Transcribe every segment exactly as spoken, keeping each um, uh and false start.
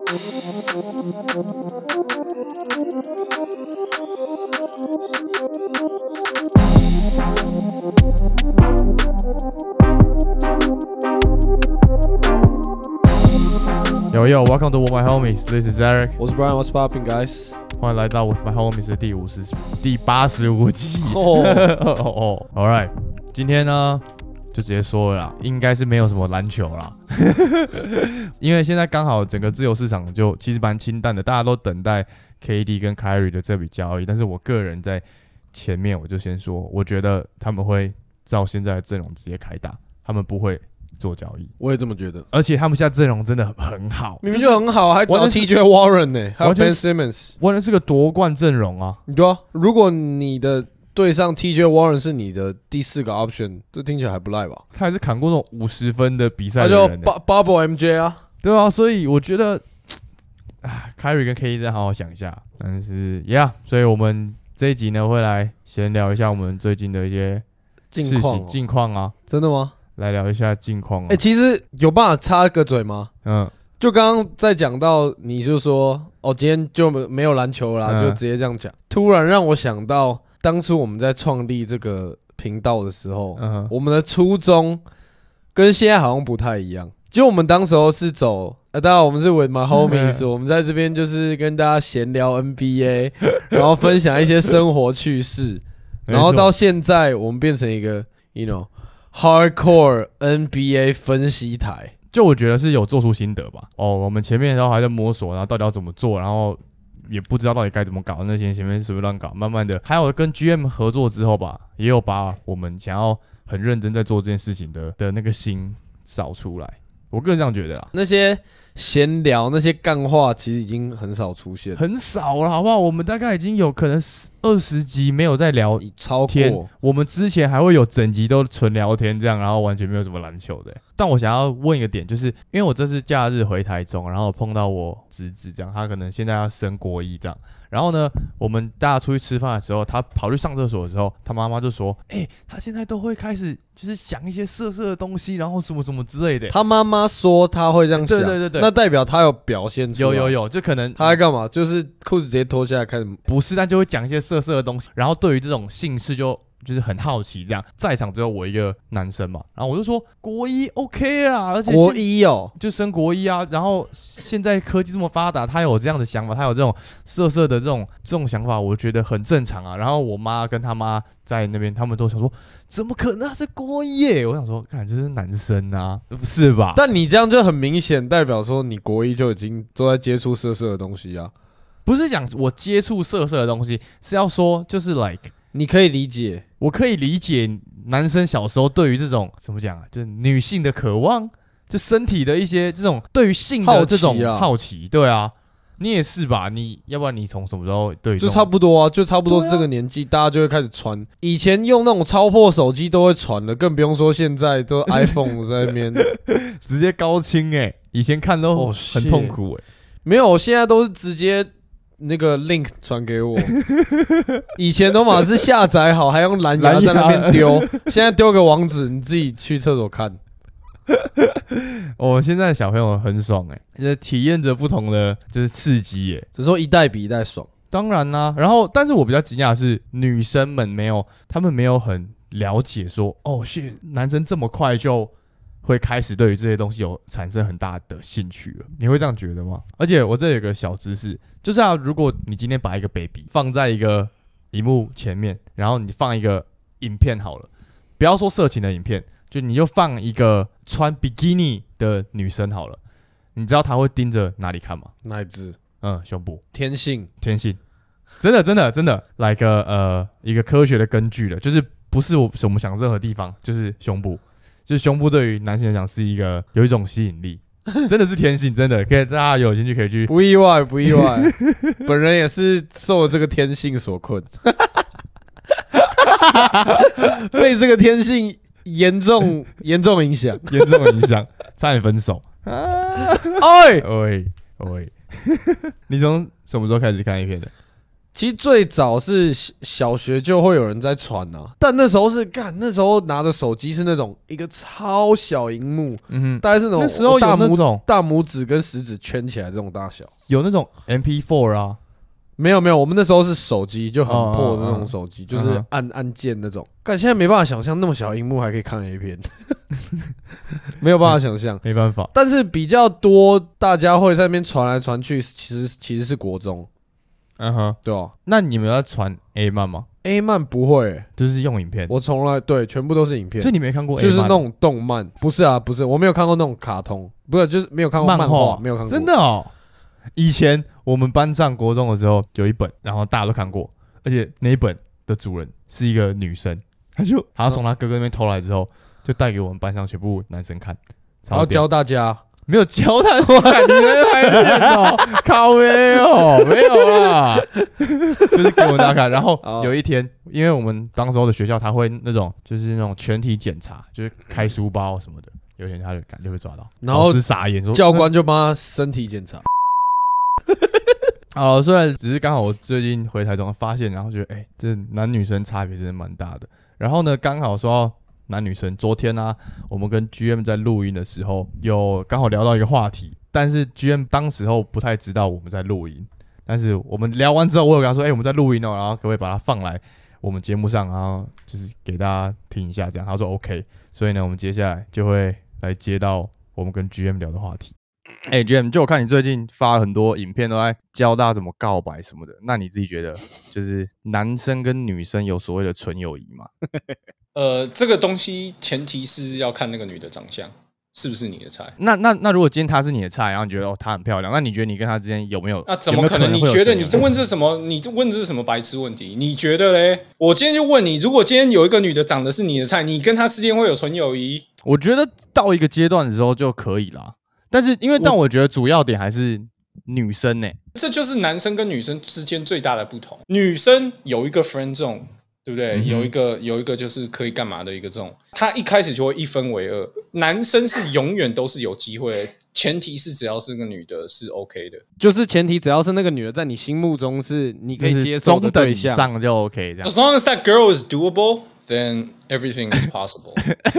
Yo yo, welcome to With My Homies. This is Eric. 我是 Brian. What's popping, guys? 欢迎来到 With My Homies 的第五十、第八十五集。 哦哦 ，All right， 今天呢就直接说了啦，应该是没有什么篮球啦，因为现在刚好整个自由市场就其实蛮清淡的，大家都等待 K D 跟 Kyrie 的这笔交易。但是我个人在前面我就先说，我觉得他们会照现在的阵容直接开打，他们不会做交易。 我也这么觉得， 而且他们现在阵容真的很好， 明明就很好，还找 T J Warren 呢、欸，还有 Ben Simmons， 完全是个夺冠阵容啊！ 对啊，如果你的对上 T J Warren 是你的第四个 option， 这听起来还不赖吧？ 他还是砍过那种五十分的比赛的人、欸， 他就 Bubble M J 啊， 对啊，所以我觉得，啊 ，Kyrie 跟 K D 再好好想一下。但是 ，Yeah， 所以我们这一集呢会来闲聊一下我们最近的一些事情、近况、哦、啊。 真的吗？ 来聊一下近况、啊。 哎、欸，其实有办法插个嘴吗？嗯，就刚刚在讲到，你就说哦，今天就没有篮球啦、嗯，就直接这样讲。突然让我想到，当初我们在创立这个频道的时候、嗯，我们的初衷跟现在好像不太一样。就我们当时候是走，呃，当然我们是 With My Homies，、嗯、我们在这边就是跟大家闲聊 N B A， 然后分享一些生活趣事，然后到现在我们变成一个 ，you know。Hardcore N B A 分析台， 就我觉得是有做出心得吧。哦，我们前面的时候还在摸索，然后到底要怎么做，然后也不知道到底该怎么搞。那些前面随便乱搞，慢慢的，还有跟 G M 合作之后吧，也有把我们想要很认真在做这件事情的的那个心找出来。我个人这样觉得啦。 那些闲聊、那些干话，其实已经很少出现， 很少了，好不好？我们大概已经有可能二十集没有在聊超天， 过我们之前还会有整集都纯聊天这样，然后完全没有什么篮球的。但我想要问一个点，就是因为我这次假日回台中，然后碰到我侄子这样，他可能现在要升国一这样。然后呢，我们大家出去吃饭的时候，他跑去上厕所的时候，他妈妈就说：“哎、欸，他现在都会开始就是想一些色色的东西，然后什么什么之类的。” 他妈妈说他会这样想， 对对对对， 那代表他有表现出来。 有有有，就可能他在干嘛？就是裤子直接脱下来开始， 不是，但就会讲一些色色的东西。然后对于这种姓氏就就是很好奇，这样在场只有我一个男生嘛，然后我就说国一 OK 啊，而且国一哦， 就升国一啊，然后现在科技这么发达，他有这样的想法，他有这种色色的这种这种想法，我觉得很正常啊。然后我妈跟他妈在那边，他们都想说，怎么可能他是国一耶？我想说，看这是男生啊，不是吧？ 但你这样就很明显代表说，你国一就已经都在接触色色的东西啊。 不是讲我接触色色的东西，是要说就是 like。 你可以理解， 我可以理解男生小时候对于这种怎么讲啊，就是女性的渴望，就身体的一些这种对于性的这种好奇，对啊，你也是吧？你要不然你从什么时候对于就差不多啊，就差不多是这个年纪、啊，大家就会开始传。以前用那种超破手机都会传的，更不用说现在都 iPhone 在那边直接高清哎、欸，以前看都很痛苦哎、欸， 没有，我现在都是直接。那个 link 传给我，以前都嘛是下载好，还用蓝牙在那边丢，现在丢个网址，你自己去厕所看。 哦，现在的小朋友很爽哎、欸，体验着不同的就是刺激哎、欸， 只是说一代比一代爽。 当然啦、啊，然后但是我比较惊讶的是女生们没有，她们没有很了解说，哦，是男生这么快就。会开始对于这些东西有产生很大的兴趣了，你会这样觉得吗？而且我这有个小知识，就是啊，如果你今天把一个 baby 放在一个萤幕前面，然后你放一个影片好了，不要说色情的影片，就你就放一个穿比基尼的女生好了，你知道她会盯着哪里看吗？ 哪一只？ 嗯，胸部。 天性， 天性，真的真的真的，来个呃一个科学的根据了，就是不是我我们想任何地方，就是胸部。就是胸部对于男性来讲是一个有一种吸引力，真的是天性，真的，可以大家有兴趣可以去。 不意外，不意外，本人也是受了这个天性所困，被这个天性严重严重影响， 严重影响，差点分手。 哎喂喂，你从什么时候开始看 A 片的？ 其实最早是小学就会有人在传啊，但那时候是干，那时候拿的手机是那种一个超小萤幕，嗯哼，大概是那种那时候有那种大拇指跟食指圈起来这种大小， 有那种 M P 四 啊。 没有没有，我们那时候是手机，就很破的那种手机，就是按按键那种。但现在没办法想象那么小荧幕还可以看 A 片，没有办法想象， 没办法。 但是比较多大家会在那边传来传去，其实其实是国中， 嗯哼， 对吧？ 那你们要传 A 漫吗 ？A 漫不会、欸， 就是用影片。 我从来对，全部都是影片。 所以你没看过 A 漫， 就是那种动漫，不是啊，不是，我没有看过那种卡通，不是，就是没有看过漫画，没有看过。 真的哦。以前我们班上国中的时候有一本，然后大家都看过，而且那一本的主人是一个女生，她就她从她哥哥那边偷来之后，就带给我们班上全部男生看， 然后教大家， 没有教他看，你们拍片哦，靠背哦，没有啦，就是给我们大家看。然后有一天，因为我们当时候的学校，他会那种就是那种全体检查，就是开书包什么的，有一天他就感觉会抓到， 然后老师傻眼说， 教官就帮他身体检查。 好，虽然只是刚好我最近回台中发现，然后觉得哎、欸，这男女生差别真的蛮大的。然后呢，刚好说到男女生，昨天啊，我们跟 G M 在录音的时候，有刚好聊到一个话题，但是 G M 当时候不太知道我们在录音，但是我们聊完之后，我有跟他说，哎、欸，我们在录音哦，然后可不可以把它放来我们节目上，然后就是给大家听一下，这样他说 OK， 所以呢，我们接下来就会来接到我们跟 G M 聊的话题。哎、欸、，G M， 就我看你最近发很多影片都在教大家怎么告白什么的，那你自己觉得，就是男生跟女生有所谓的纯友谊吗？ 呃，这个东西前提是要看那个女的长相是不是你的菜。 那那那如果今天她是你的菜，然后你觉得哦她很漂亮，那你觉得你跟她之间有没有？ 那怎么可能？你觉得你这问这什么？你这问这是什么白痴问题？你觉得嘞？我今天就问你，如果今天有一个女的长得是你的菜，你跟她之间会有纯友谊？ 我觉得到一个阶段的时候就可以啦。但是因为，但我觉得主要点还是女生呢、欸， 这就是男生跟女生之间最大的不同。女生有一个 friend zone， 对不对？嗯、有一个有一个就是可以干嘛的一个 zone， 他一开始就会一分为二。男生是永远都是有机会的，前提是只要是个女的是 OK 的， 就是前提只要是那个女的在你心目中是你可以接受的对象， 中等以上就 OK 这样。 As long as that girl is doable。Then everything is possible 。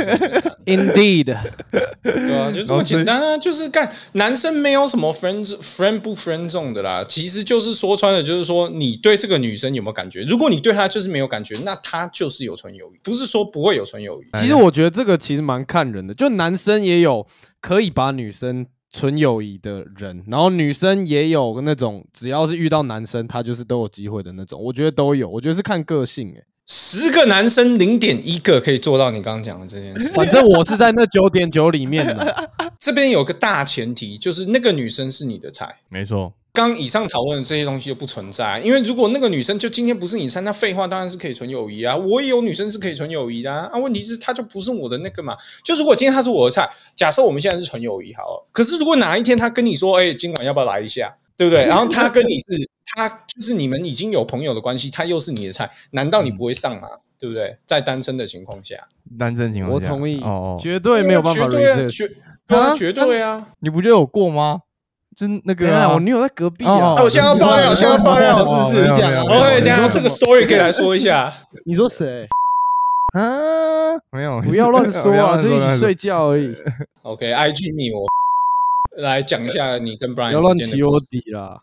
Indeed， 对啊，就这么简单啊！就是干男生没有什么 friend friend 不 friend zone 的啦，其实就是说穿了，就是说你对这个女生有没有感觉？如果你对她就是没有感觉，那她就是有纯友谊，不是说不会有纯友谊。 其实我觉得这个其实蛮看人的，就男生也有可以把女生纯友谊的人，然后女生也有那种只要是遇到男生，他就是都有机会的那种，我觉得都有，我觉得是看个性、欸。 十个男生零点一个可以做到你刚刚讲的这件事。 反正我是在那九点九里面的。 这边有个大前提，就是那个女生是你的菜。 没错。 刚以上讨论的这些东西就不存在，因为如果那个女生就今天不是你菜，那废话当然是可以纯友谊啊。我也有女生是可以纯友谊的啊。啊，问题是她就不是我的那个嘛。就如果今天她是我的菜，假设我们现在是纯友谊好了，可是如果哪一天她跟你说，哎、欸，今晚要不要来一下？对不对？然后她跟你是，她就是你们已经有朋友的关系，她又是你的菜，难道你不会上吗？嗯，对不对？在单身的情况下， 单身情况下， 我同意， 哦哦， 绝对没有办法 resist， 绝对啊，绝对啊！ 你不觉得有过吗？就那个、啊， 我女友在隔壁啊。 哦、我现在要爆料，现在要爆料，是不是？这样 ，OK， 等一下这个 story 可以来说一下。 你说谁？ 啊，没有， 不要乱说啊，就一起睡觉而已。 OK，I G 密我来讲一下你跟 Brian 不要乱起我底啦。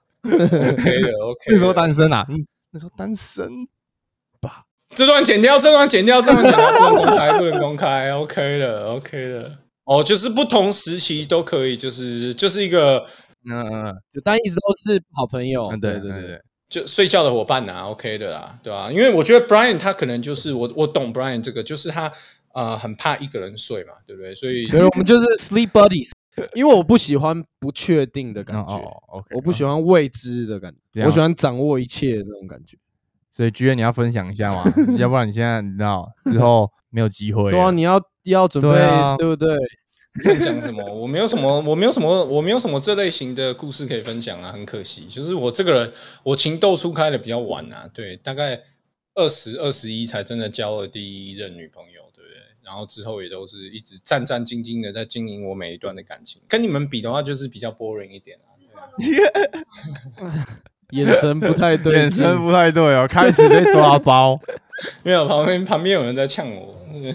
OK 的 ，OK。 那时候单身啊，嗯，那时候单身吧。 这段剪掉，这段剪掉，这段剪掉，不能公开，不能公开。OK 的 ，OK 的。哦，就是不同时期都可以，就是就是一个， 嗯嗯，就但一直都是好朋友。 嗯，对对对对， 就睡觉的伙伴啊 ，OK 的啦，对吧、啊？因为我觉得 Brian 他可能就是我，我懂 Brian 这个，就是他呃很怕一个人睡嘛，对不对？所以， 所以我们就是 sleep buddies。因为我不喜欢不确定的感觉，哦哦 okay, 我不喜欢未知的感觉，我喜欢掌握一切的那种感觉。 所以 G N 你要分享一下嘛，要不然你现在你知道之后没有机会。 对啊，你要要准备， 对,、啊、对不对？ 分享什么？我没有什么，我没有什么，我没有什么这类型的故事可以分享啊，很可惜。就是我这个人，我情窦初开的比较晚啊，对，大概二十二十一才真的交了第一任女朋友。然后之后也都是一直战战兢兢的在经营我每一段的感情，跟你们比的话就是比较 boring 一点啊。 眼神不太对， 眼神不太对哦，开始被抓包。 没有，旁边旁边有人在呛我。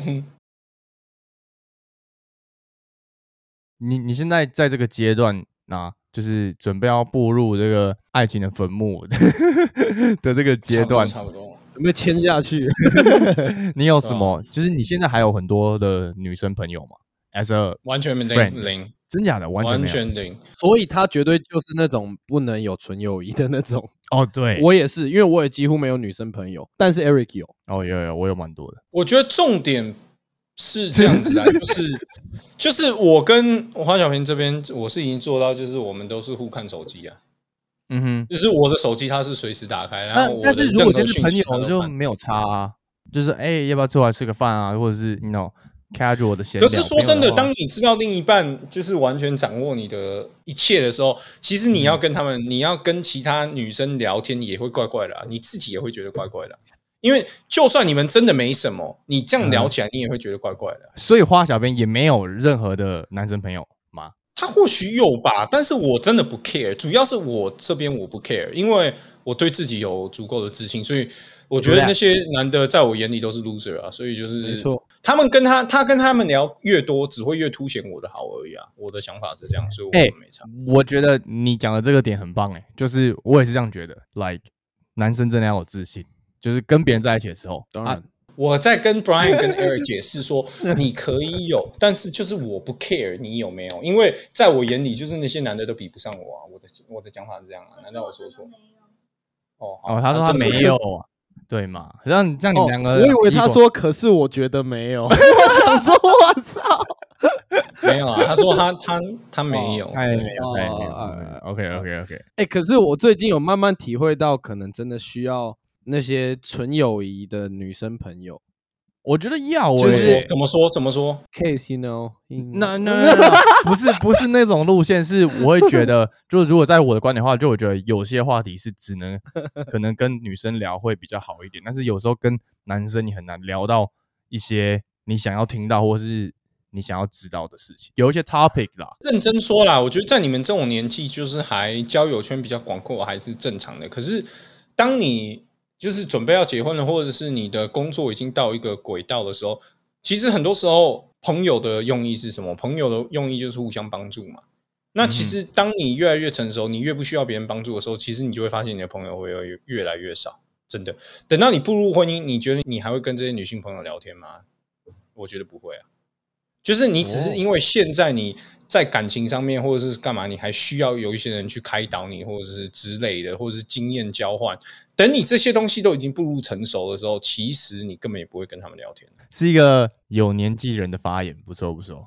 你你现在在这个阶段啊，就是准备要步入这个爱情的坟墓的这个阶段， 差不多，差不多准备签下去。 你有什么？就是你现在还有很多的女生朋友吗 ？As a 完全零 friend 零， 真假的完全没有， 完全零。 所以他绝对就是那种不能有纯友谊的那种。 哦，对， 我也是，因为我也几乎没有女生朋友，但是 Eric 有。 哦，有有，我有蛮多的。 我觉得重点是这样子啊，就是就是我跟花小平这边，我是已经做到，就是我们都是互看手机啊。 嗯哼， 就是我的手机它是随时打开，然后我的但是如果今天是朋友就看没有差啊，就是哎、欸，要不要出来吃个饭啊，或者是 you know casual 的闲聊。 可是说真的，当你知道另一半就是完全掌握你的一切的时候，其实你要跟他们，嗯、你要跟其他女生聊天也会怪怪的、啊，你自己也会觉得怪怪的、啊。因为就算你们真的没什么，你这样聊起来，你也会觉得怪怪的、啊。 所以花小编也没有任何的男生朋友吗？ 他或许有吧，但是我真的不 care， 主要是我这边我不 care， 因为我对自己有足够的自信，所以我觉得那些男的在我眼里都是 loser 啊，所以就是没错， 他们跟他他跟他们聊越多，只会越凸显我的好而已啊。我的想法是这样，所以我没差、 欸。我觉得你讲的这个点很棒哎、欸，就是我也是这样觉得 ，like 男生真的要有自信，就是跟别人在一起的时候， 当然。 啊我在跟 Brian 跟 Eric 解释说，你可以有，但是就是我不 care 你有没有，因为在我眼里，就是那些男的都比不上我啊。我的我的讲法是这样啊，难道我说错？ 哦哦，他说他没有啊，对嘛？让让你们两个、 哦，我以为他说，可是我觉得没有。我想说，我操， 没有啊，他说他他他没有， 他也没有，他也没有。OK OK OK。 哎，可是我最近有慢慢体会到，可能真的需要那些纯友谊的女生朋友。 我觉得要， 就是怎么说怎么说 ，case you know， 那那不是不是那种路线，是我会觉得，就如果在我的观点的话，就我觉得有些话题是只能可能跟女生聊会比较好一点，但是有时候跟男生你很难聊到一些你想要听到或是你想要知道的事情，有一些 topic 啦。 认真说啦，我觉得在你们这种年纪，就是还交友圈比较广阔，还是正常的。可是当你就是准备要结婚了，或者是你的工作已经到一个轨道的时候，其实很多时候朋友的用意是什么？朋友的用意就是互相帮助嘛。那其实当你越来越成熟，你越不需要别人帮助的时候，其实你就会发现你的朋友会越来越少。真的，等到你步入婚姻，你觉得你还会跟这些女性朋友聊天吗？我觉得不会啊。就是你只是因为现在你在感情上面或者是干嘛，你还需要有一些人去开导你，或者是之类的，或者是经验交换。等你这些东西都已经步入成熟的时候，其实你根本也不会跟他们聊天。 是一个有年纪人的发言，不错不错。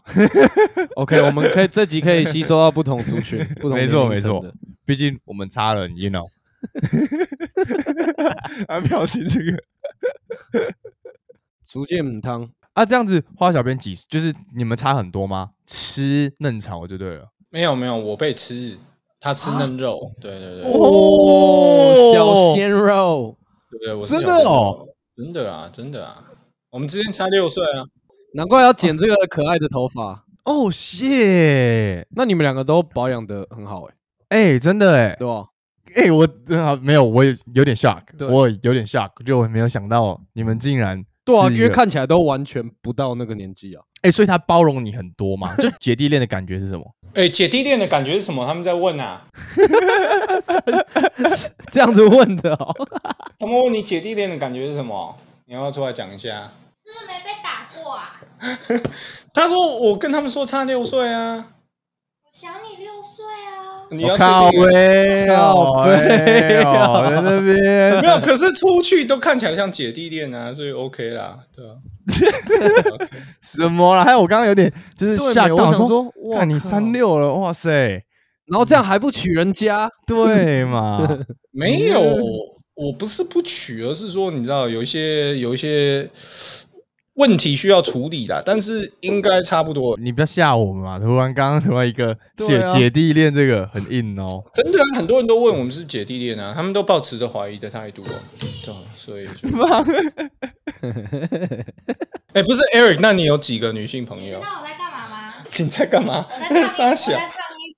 OK， 我们可以这集可以吸收到不同族群，不同没错没错，毕竟我们差了 ，you know。啊，表情这个竹剑母汤。 啊，这样子花小编几就是你们差很多吗？吃嫩草就对了。 没有没有，我被吃，他吃嫩肉。啊、对对对。 哦，小鲜肉。 对不对？我真的哦， 真的啊，真的啊。我们之间差六岁啊， 难怪要剪这个可爱的头发。 哦，谢。 那你们两个都保养得很好哎、 欸。哎、欸，真的哎、欸， 对吧？ 哎、欸，我啊没有，我有点 shock， 我有点 shock， 就我没有想到你们竟然。 对啊，因为看起来都完全不到那个年纪啊。 哎、欸，所以他包容你很多嘛？就姐弟恋的感觉是什么？ 哎、欸，姐弟恋的感觉是什么？他们在问啊， 这样子问的哦。 他们问你姐弟恋的感觉是什么？你要不要出来讲一下？ 是不是没被打过啊？ 他说我跟他们说差六岁啊。 我小你六岁啊。 你要靠背哦，对哦，在那边没有，可是出去都看起来像姐弟恋啊，所以 OK 啦，对啊。 什么啦？还有我刚刚有点就是吓到， 说说看你三六了，哇塞！ 然后这样还不娶人家， 对嘛？ 没有，我不是不娶，而是说你知道有一些有一些问题需要处理啦，但是应该差不多。 你不要吓我们嘛！突然刚刚突然一个姐、啊、姐弟恋，这个很硬哦。 真的啊，很多人都问我们是姐弟恋啊，他们都抱持着怀疑的态度哦。对，所以就。哎、欸，不是 Eric， 那你有几个女性朋友？ 你知道我在干嘛吗？ 你在干嘛？ 我在烫衣服，我在烫衣服。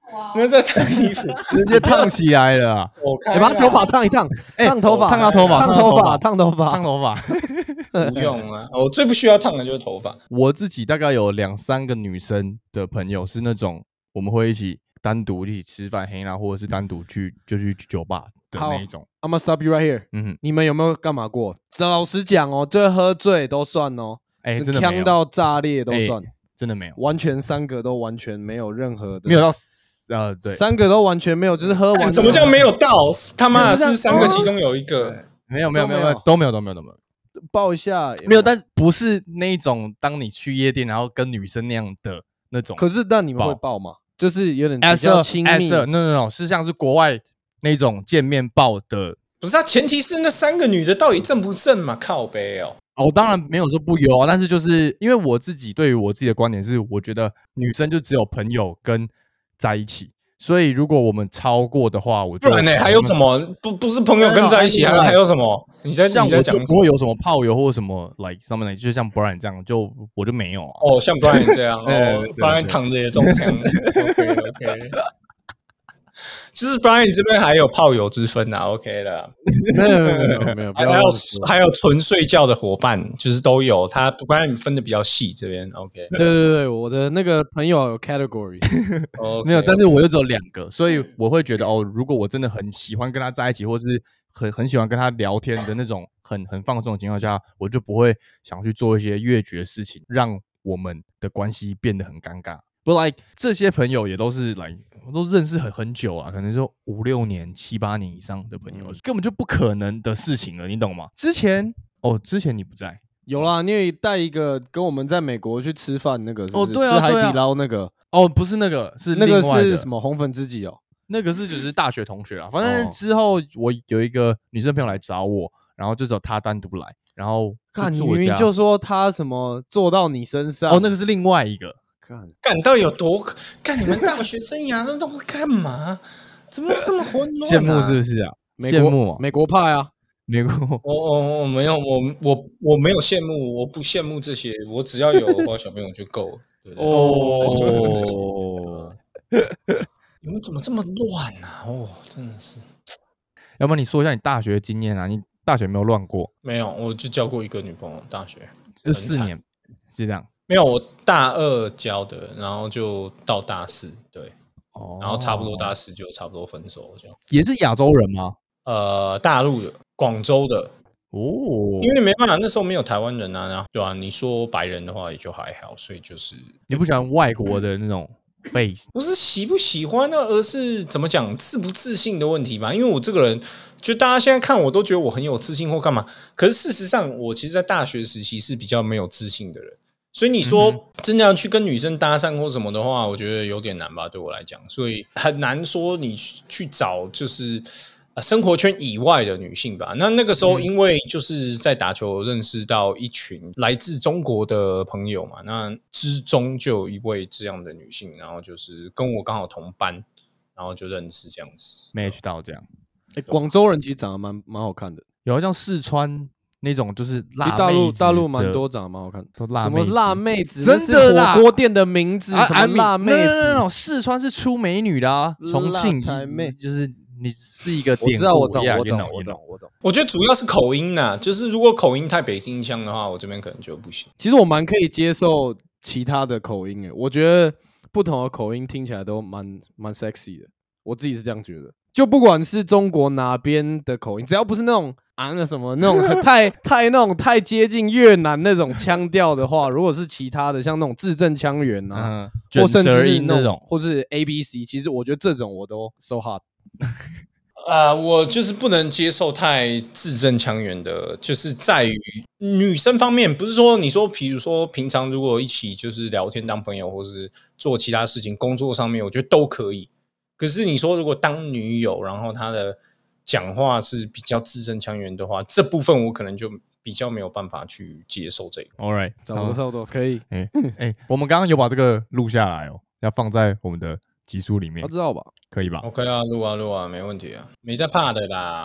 那在烫衣服， 直接烫起来了啊！ 你把他头发烫一烫，烫头发， 烫他头发， 烫头发，烫头发， 烫头发。 不用啊，我最不需要烫的就是头发。 我自己大概有两三个女生的朋友是那种我们会一起单独一起吃饭、黑啦，或者是单独去就去酒吧的那一种。 I'm gonna stop you right here。嗯，你们有没有干嘛过？老实讲哦，这喝醉都算哦， 哎， 真的呛到炸裂都算， 真的没有， 完全三个都完全没有任何的， 没有到呃对， 三个都完全没有，就是喝完。 什么叫没有到？他妈的是三个其中有一个， 没有没有没有没有都没有都没有都没有。 抱一下没有，但不是那一种当你去夜店然后跟女生那样的那种。 可是但你们会抱吗？就是有点比较亲密。 no no no， 是像是国外那种见面抱的。 不是啊，前提是那三个女的到底正不正嘛？靠北哦。 哦，当然没有说不优，但是就是因为我自己对于我自己的观点是，我觉得女生就只有朋友跟在一起。所以，如果我们超过的话，我就不然呢？还有什么？不不是朋友跟在一起，还还有什么？你在像我就不会有什么炮友或什么 like something， 就像 Brian 这样，就我就没有啊。 哦，像 Brian 这样，哦 ，Brian 躺着也中枪。OK OK。就是 Brian 这边还有炮友之分啊 ，OK 了， 没有没有没有没有， 还有还有纯睡觉的伙伴，就是都有。他 Brian 分的比较细，这边 OK。 对对对，我的那个朋友有 category， 没有，但是我就只有两个，所以我会觉得哦，如果我真的很喜欢跟他在一起，或是很很喜欢跟他聊天的那种很很放松的情况下，我就不会想去做一些越矩的事情，让我们的关系变得很尴尬。不 like 这些朋友也都是来、like, 都认识很很久啊，可能就五六年、七八年以上的朋友，根本就不可能的事情了，你懂吗？之前哦，之前你不在， 有啦，你有带一个跟我们在美国去吃饭那个是不是， 哦，对啊， 吃海底捞那个， 哦，不是那个，是那个另外的是什么红粉知己哦， 那个是只是大学同学啦，反正之后我有一个女生朋友来找我，然后就只有她单独来，然后看你明明就说她什么坐到你身上， 哦，那个是另外一个。 干到底有多干？你们大学生涯这都是干嘛？怎么这么混乱、啊？ 羡慕是不是啊？羡慕、啊、 美国派啊！ 美国， 我我我没有，我我我没有羡慕，我不羡慕这些，我只要有我小朋友就够了。对对哦，你们怎么这么乱啊？哦，真的是。 要不然你说一下你大学经验啊？你大学没有乱过？ 没有，我就交过一个女朋友，大学就四年，是这样。 没有，我大二交的，然后就到大四，对，哦，然后差不多大四就差不多分手了，这样。 也是亚洲人吗？ 呃，大陆的，广州的， 哦， 因为你没办法，那时候没有台湾人啊，然后对啊，你说白人的话也就还好，所以就是你不喜欢外国的那种 face， 不是喜不喜欢呢，而是怎么讲自不自信的问题吧。因为我这个人，就大家现在看我都觉得我很有自信或干嘛，可是事实上，我其实在大学时期是比较没有自信的人。所以你说真的要去跟女生搭讪或什么的话，我觉得有点难吧，对我来讲，所以很难说你去找就是生活圈以外的女性吧。那那个时候因为就是在打球认识到一群来自中国的朋友嘛，那之中就有一位这样的女性，然后就是跟我刚好同班，然后就认识这样子 match 到这样。 欸、广州人其实长得蛮蛮好看的， 有像四川那种就是辣妹子， 大陆大陆蛮多长得蛮好看的， 都辣什么辣妹子， 真的啦， 火锅店的名字，什么辣妹子， 那种四川是出美女的啊，重庆妹就是你是一个典故， 我知道，我懂，我懂，我懂，我懂。 我觉得主要是口音呐，就是如果口音太北京腔的话，我这边可能就不行。 其实我蛮可以接受其他的口音诶，我觉得不同的口音听起来都蛮蛮 sexy 的，我自己是这样觉得。就不管是中国哪边的口音，只要不是那种啊那什么那种太太那种太接近越南那种腔调的话，如果是其他的像那种字正腔圆啊，嗯、或甚至是那种或是 A B C， 其实我觉得这种我都 so hot。 啊、呃，我就是不能接受太字正腔圆的，就是在于女生方面，不是说你说，比如说平常如果一起就是聊天当朋友，或是做其他事情，工作上面，我觉得都可以。可是你说如果当女友，然后她的讲话是比较字正腔圆的话，这部分我可能就比较没有办法去接受这个。 All right， 差不多差不多可以。 哎哎、欸，我们刚刚有把这个录下来哦，要放在我们的集数里面， 他知道吧？ 可以吧 ？OK 啊，录啊录啊，没问题啊，没在怕的啦。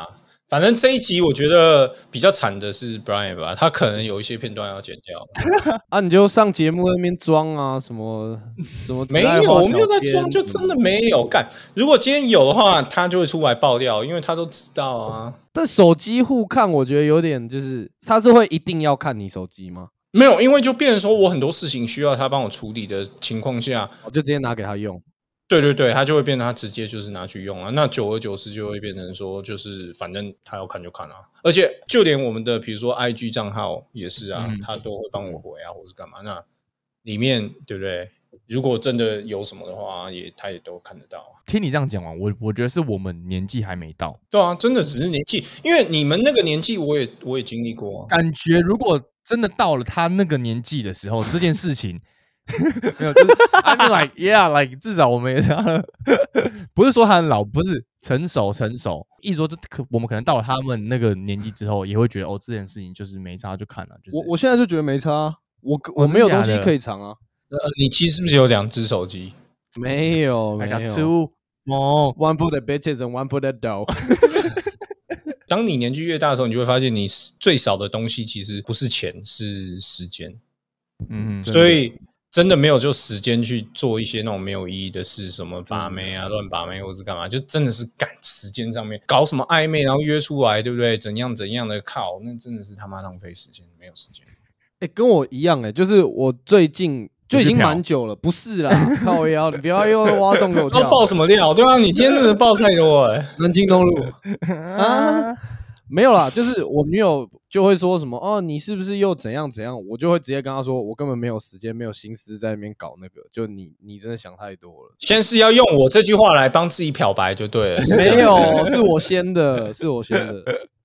反正这一集我觉得比较惨的是 Brian 吧，他可能有一些片段要剪掉。 啊，你就上节目那边装啊，什么什么？ 没有，我没有在装，就真的没有干。如果今天有的话，他就会出来爆料，因为他都知道啊。 但手机互看，我觉得有点就是，他是会一定要看你手机吗？ 没有，因为就变成说我很多事情需要他帮我处理的情况下， 我就直接拿给他用。 对对对，他就会变成他直接就是拿去用了，那久而久之就会变成说，就是反正他要看就看啊，而且就连我们的比如说 I G 账号也是啊，嗯、他都会帮我回啊，或是干嘛，那里面对不对？如果真的有什么的话，也他也都看得到、啊。 听你这样讲完，我我觉得是我们年纪还没到。 对啊，真的只是年纪，因为你们那个年纪，我也我也经历过、啊。 感觉如果真的到了他那个年纪的时候，这件事情。没有，就是 I mean like yeah like 至少我们也不是说他很老，不是成熟成熟，一直说就可我们可能到了他们那个年纪之后，也会觉得哦这件事情就是没差就看了。就是、 我我现在就觉得没差，我我没有东西可以藏啊。 呃，你其实是不是有两只手机？ 没有，没有。I got two, one for the bitches and one for the dough 。 当你年纪越大的时候，你就会发现你最少的东西其实不是钱，是时间。嗯，所以。真的没有就时间去做一些那种没有意义的事，什么把妹啊、乱把妹或是干嘛，就真的是赶时间上面搞什么暧昧，然后约出来，对不对？怎样怎样的靠，那真的是他妈浪费时间，没有时间。 哎、欸，跟我一样哎、欸，就是我最近就已经蛮久了，不是啦，靠腰，你不要又挖洞给我跳。 要爆什么料？对啊，你今天真的爆太多了、欸。 南京东路啊。没有啦，就是我女友就会说什么哦，你是不是又怎样怎样？我就会直接跟她说，我根本没有时间，没有心思在那边搞那个，就你你真的想太多了。 先是要用我这句话来帮自己漂白就对了。 没有，是我先的，是我先的。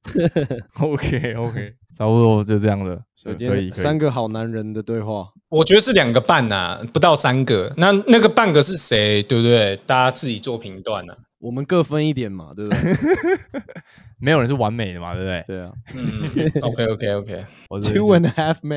OK OK， 差不多就这样了。可以， 三个好男人的对话， 我觉得是两个半啊，不到三个。那那个半个是谁？对不对？大家自己做评断啊。 我们各分一点嘛，对不对？ 没有人是完美的嘛，对不对？ 对啊。 嗯 ，OK OK OK。 Two and a half men 。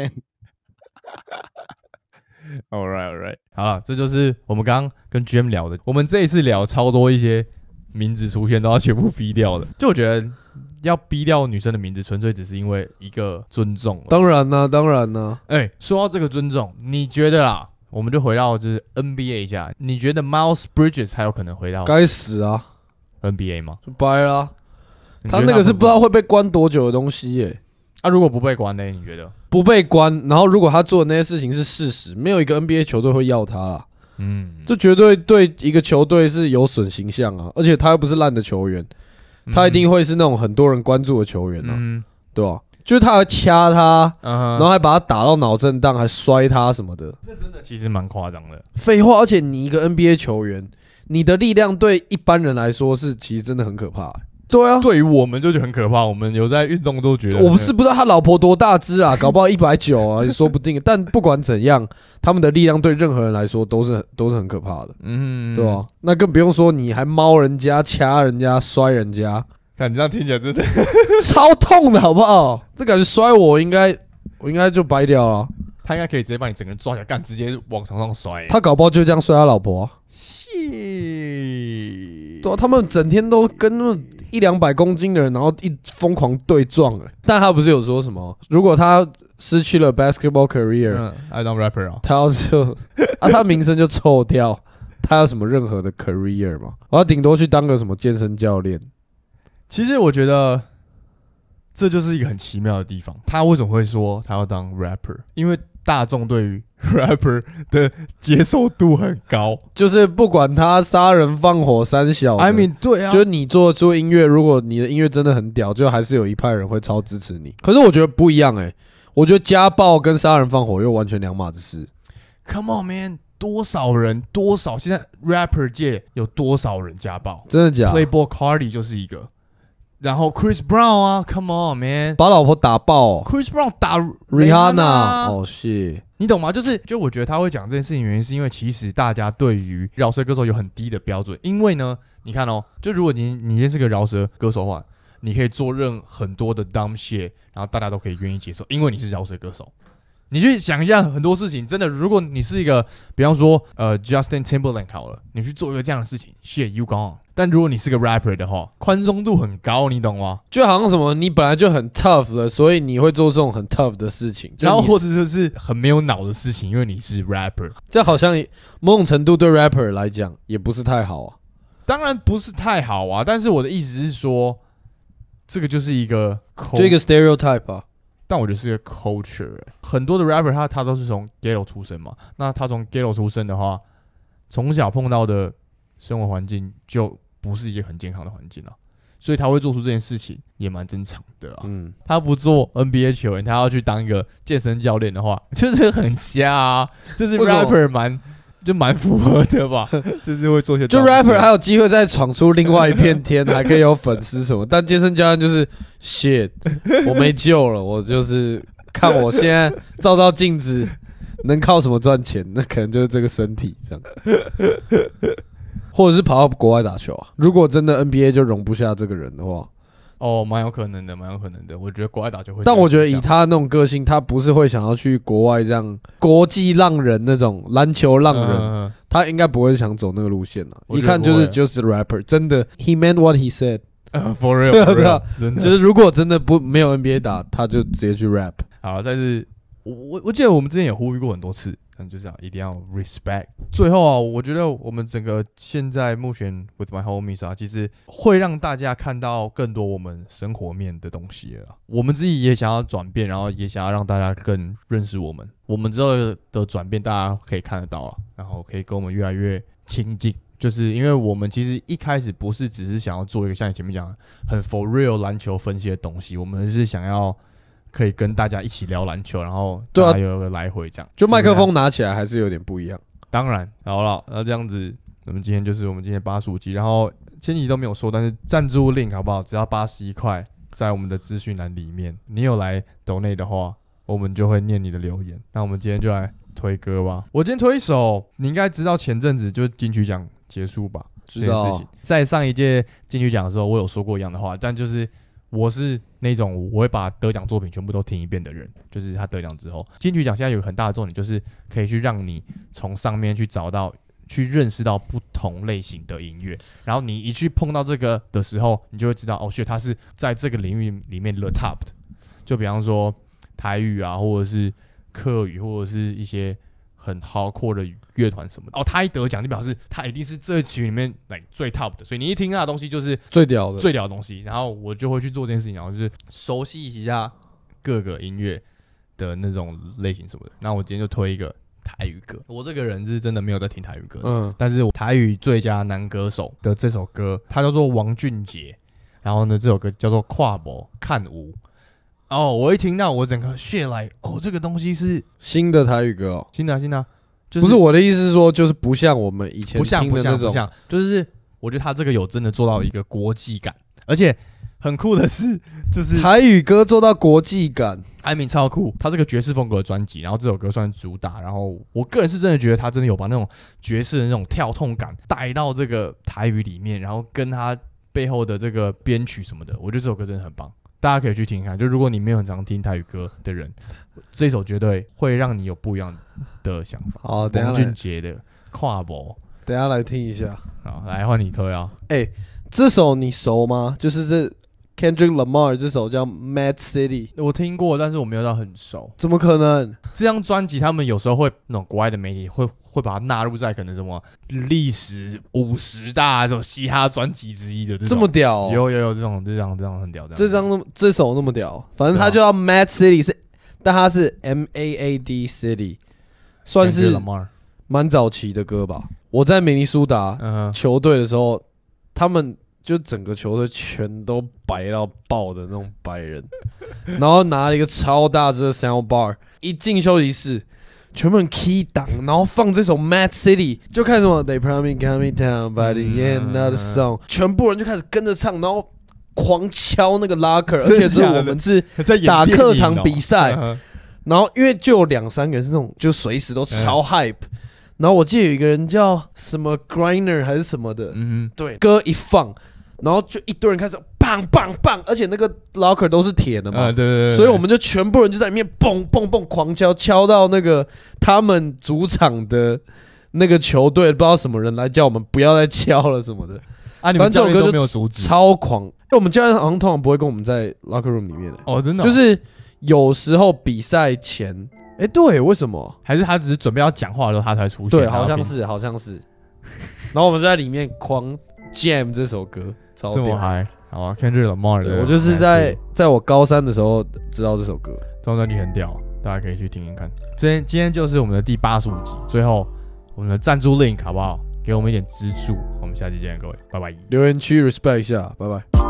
All right, all right。好了，这就是我们刚刚跟 G M 聊的。我们这一次聊超多一些名字出现都要全部逼掉的。就我觉得要逼掉女生的名字，纯粹只是因为一个尊重。 当然啦、啊，当然啦、啊。 哎、欸，说到这个尊重，你觉得啦？我们就回到就是 N B A 一下，你觉得 Miles Bridges 还有可能回到？ 该死啊 ！N B A 吗？ 就掰啦。他那个是不知道会被关多久的东西耶、欸。 啊，如果不被关呢？你觉得？ 不被关，然后如果他做的那些事情是事实，没有一个 N B A 球队会要他啦。嗯，这绝对对一个球队是有损形象啊，而且他又不是烂的球员，他一定会是那种很多人关注的球员啊，嗯、对吧、啊？就是他还掐他， uh-huh. 然后还把他打到脑震荡，还摔他什么的， 那真的其实蛮夸张的。 废话，而且你一个 N B A 球员，你的力量对一般人来说是其实真的很可怕、欸。对啊， 对于我们就觉得很可怕，我们有在运动都觉得。 我是不知道他老婆多大只啊，搞不好一百九啊，也說不定。但不管怎样，他们的力量对任何人来说都是都是很可怕的，嗯，对吧、啊？那更不用说你还猫人家、掐人家、摔人家， 看你这样听起来真的超痛的好不好？这感觉摔我应该我应该就掰掉了。 他应该可以直接把你整个人抓起来干，直接往床上摔、欸。 他搞不好就这样摔他老婆、啊。对啊，他们整天都跟那么一两百公斤的人，然后一疯狂对撞、欸。但他不是有说什么？如果他失去了 basketball career， 嗯 I don't rapper 啊， 他要就啊，他名声就臭掉。他有什么任何的 career 吗？他顶多去当个什么健身教练。 其实我觉得这就是一个很奇妙的地方。他为什么会说他要当 rapper？ 因为大众对于 rapper 的接受度很高， 就是不管他杀人放火三小 ，I mean 对啊， 就是你做出音乐，如果你的音乐真的很屌，就还是有一派人会超支持你。可是我觉得不一样哎、欸，我觉得家暴跟杀人放火又完全两码子事。 Come on man， 多少人多少现在 rapper 界有多少人家暴？ 真的假的 ？Playboy Cardi 就是一个。然后 Chris Brown 啊 ，Come on man， 把老婆打爆、哦。 Chris Brown 打 Rihanna， 哦是， 你懂吗？就是就我觉得他会讲这件事情，原因是因为其实大家对于饶舌歌手有很低的标准。因为呢，你看哦，就如果你你今天是个饶舌歌手的话，你可以做任很多的 dumb shit， 然后大家都可以愿意接受，因为你是饶舌歌手。 你去想一下很多事情，真的，如果你是一个，比方说呃 Justin Timberlake 好了，你去做一个这样的事情 ，shit you gone。但如果你是个 rapper 的话，宽松度很高，你懂吗？ 就好像什么，你本来就很 tough 了，所以你会做这种很 tough 的事情， 然后或者就是很没有脑的事情，因为你是 rapper， 这好像某种程度对 rapper 来讲也不是太好啊。 当然不是太好啊，但是我的意思是说，这个就是一个就一个 stereotype 啊。 但我觉得是一个 culture， 很多的 rapper 他他都是从 ghetto 出身嘛，那他从 ghetto 出身的话，从小碰到的生活环境就不是一个很健康的环境了，所以他会做出这件事情也蛮正常的啊。嗯，他不做 N B A 球员，他要去当一个健身教练的话，就是很瞎啊，就是 rapper 蛮就蛮符合的吧，就是会做些就 rapper 还有机会再闯出另外一片天，还可以有粉丝什么，但健身教练就是 shit， 我没救了，我就是看我现在照照镜子能靠什么赚钱，那可能就是这个身体这样。或者是跑到国外打球啊？如果真的 N B A 就容不下这个人的话， 哦，蛮有可能的，蛮有可能的。我觉得国外打球会， 但我觉得以他那种个性，他不是会想要去国外这样国际浪人那种篮球浪人，嗯、他应该不会想走那个路线啊。一看就是就是 rapper， 真的 he meant what he said。For real， for real 真的。 就是如果真的不没有 N B A 打，他就直接去 rap。 好，但是我我我记得我们之前也呼吁过很多次。就是要一定要 respect。最后啊，我觉得我们整个现在目前 with my homies 啊，其实会让大家看到更多我们生活面的东西了。我们自己也想要转变，然后也想要让大家更认识我们。我们之后的转变，大家可以看得到了，然后可以跟我们越来越亲近。就是因为我们其实一开始不是只是想要做一个像你前面讲的很 for real 篮球分析的东西，我们是想要。可以跟大家一起聊篮球，然后大家有个来回这样， 就麦克风拿起来还是有点不一样。 当然，好了，那这样子，我们今天就是我们今天八十五集，然后前几集都没有说，但是赞助 link 好不好？只要八十一块，在我们的资讯栏里面，你有来抖内的话，我们就会念你的留言。那我们今天就来推歌吧。我今天推一首，你应该知道前阵子就是金曲奖结束吧？ 知道。这件事情， 在上一届金曲奖的时候，我有说过一样的话，但就是。我是那种我会把得奖作品全部都听一遍的人，就是他得奖之后，金曲奖现在有个很大的重点，就是可以去让你从上面去找到、去认识到不同类型的音乐，然后你一去碰到这个的时候，你就会知道哦，所以他是在这个领域里面 the top 的。就比方说台语啊，或者是客语，或者是一些很 hardcore 的乐团什么的，哦，他一得奖就表示他一定是这群里面 like 最 top 的，所以你一听他的东西就是最屌的最屌的东西，然后我就会去做这件事情，然后就是熟悉一下各个音乐的那种类型什么的。那我今天就推一个台语歌，我这个人是真的没有在听台语歌的，嗯，但是我台语最佳男歌手的这首歌，他叫做王俊杰，然后呢这首歌叫做跨博看无。哦，我一听到我整个 shit like 哦，这个东西是新的台语歌哦， 新的、啊、新的、啊就是， 不是我的意思是说，就是不像我们以前听的那种， 不像不像，就是我觉得他这个有真的做到一个国际感，而且很酷的是，就是台语歌做到国际感， 艾敏超酷，他这个爵士风格的专辑，然后这首歌算主打，然后我个人是真的觉得他真的有把那种爵士的那种跳痛感带到这个台语里面，然后跟他背后的这个编曲什么的，我觉得这首歌真的很棒。大家可以去听看，就如果你没有很常听台语歌的人，这首绝对会让你有不一样的想法。 好，等一下王俊杰的跨博， 等一下来听一下。 好，来换你推啊！ 哎、欸，这首你熟吗？就是这 Kendrick Lamar 这首叫《Mad City》， 我听过，但是我没有到很熟。 怎么可能？ 这张专辑他们有时候会那种国外的媒体会会把它纳入在可能什么历史五十大这种嘻哈专辑之一的这种。 这么屌、哦？ 有有有这种这张这张很屌， 这张这首那么屌，反正它就叫 Mad City， 是，但它是 M A A D City， 算是蛮早期的歌吧。我在明尼苏达球队的时候，他们就整个球队全都白到爆的那种白人，然后拿了一个超大只的 sound bar， 一进休息室。全部人 key 档，然后放这首 Mad City， 就开始什么 They promise coming down by the end of the song， 全部人就开始跟着唱，然后狂敲那个 locker， 而且是我们是打客场比赛，然后因为就有两三个人是那种就随时都超 hype， 然后我记得有一个人叫什么 Griner 还是什么的，嗯，对，歌一放，然后就一堆人开始啪棒棒棒，而且那个 locker 都是铁的嘛， 呃、对, 对, 对, 对， 所以我们就全部人就在里面蹦蹦蹦狂敲，敲到那个他们主场的那个球队不知道什么人来叫我们不要再敲了什么的。 啊，你们教练都没有阻止， 超狂。因为我们教练好像通常不会跟我们在 locker room 里面的。 哦，真的、哦， 就是有时候比赛前，哎、欸，对，为什么？ 还是他只是准备要讲话的时候他才出现？ 对，好像是，好像是。然后我们就在里面狂 jam 这首歌，超这么嗨。好啊 ，Kendrick Lamar 的， 我就是在在我高三的时候知道这首歌， 这张专辑很屌，大家可以去听听看。今天今天就是我们的第八十五集，最后我们的赞助 link 好不好？给我们一点资助，我们下期见，各位，拜拜。 留言区 respect 一下，拜拜。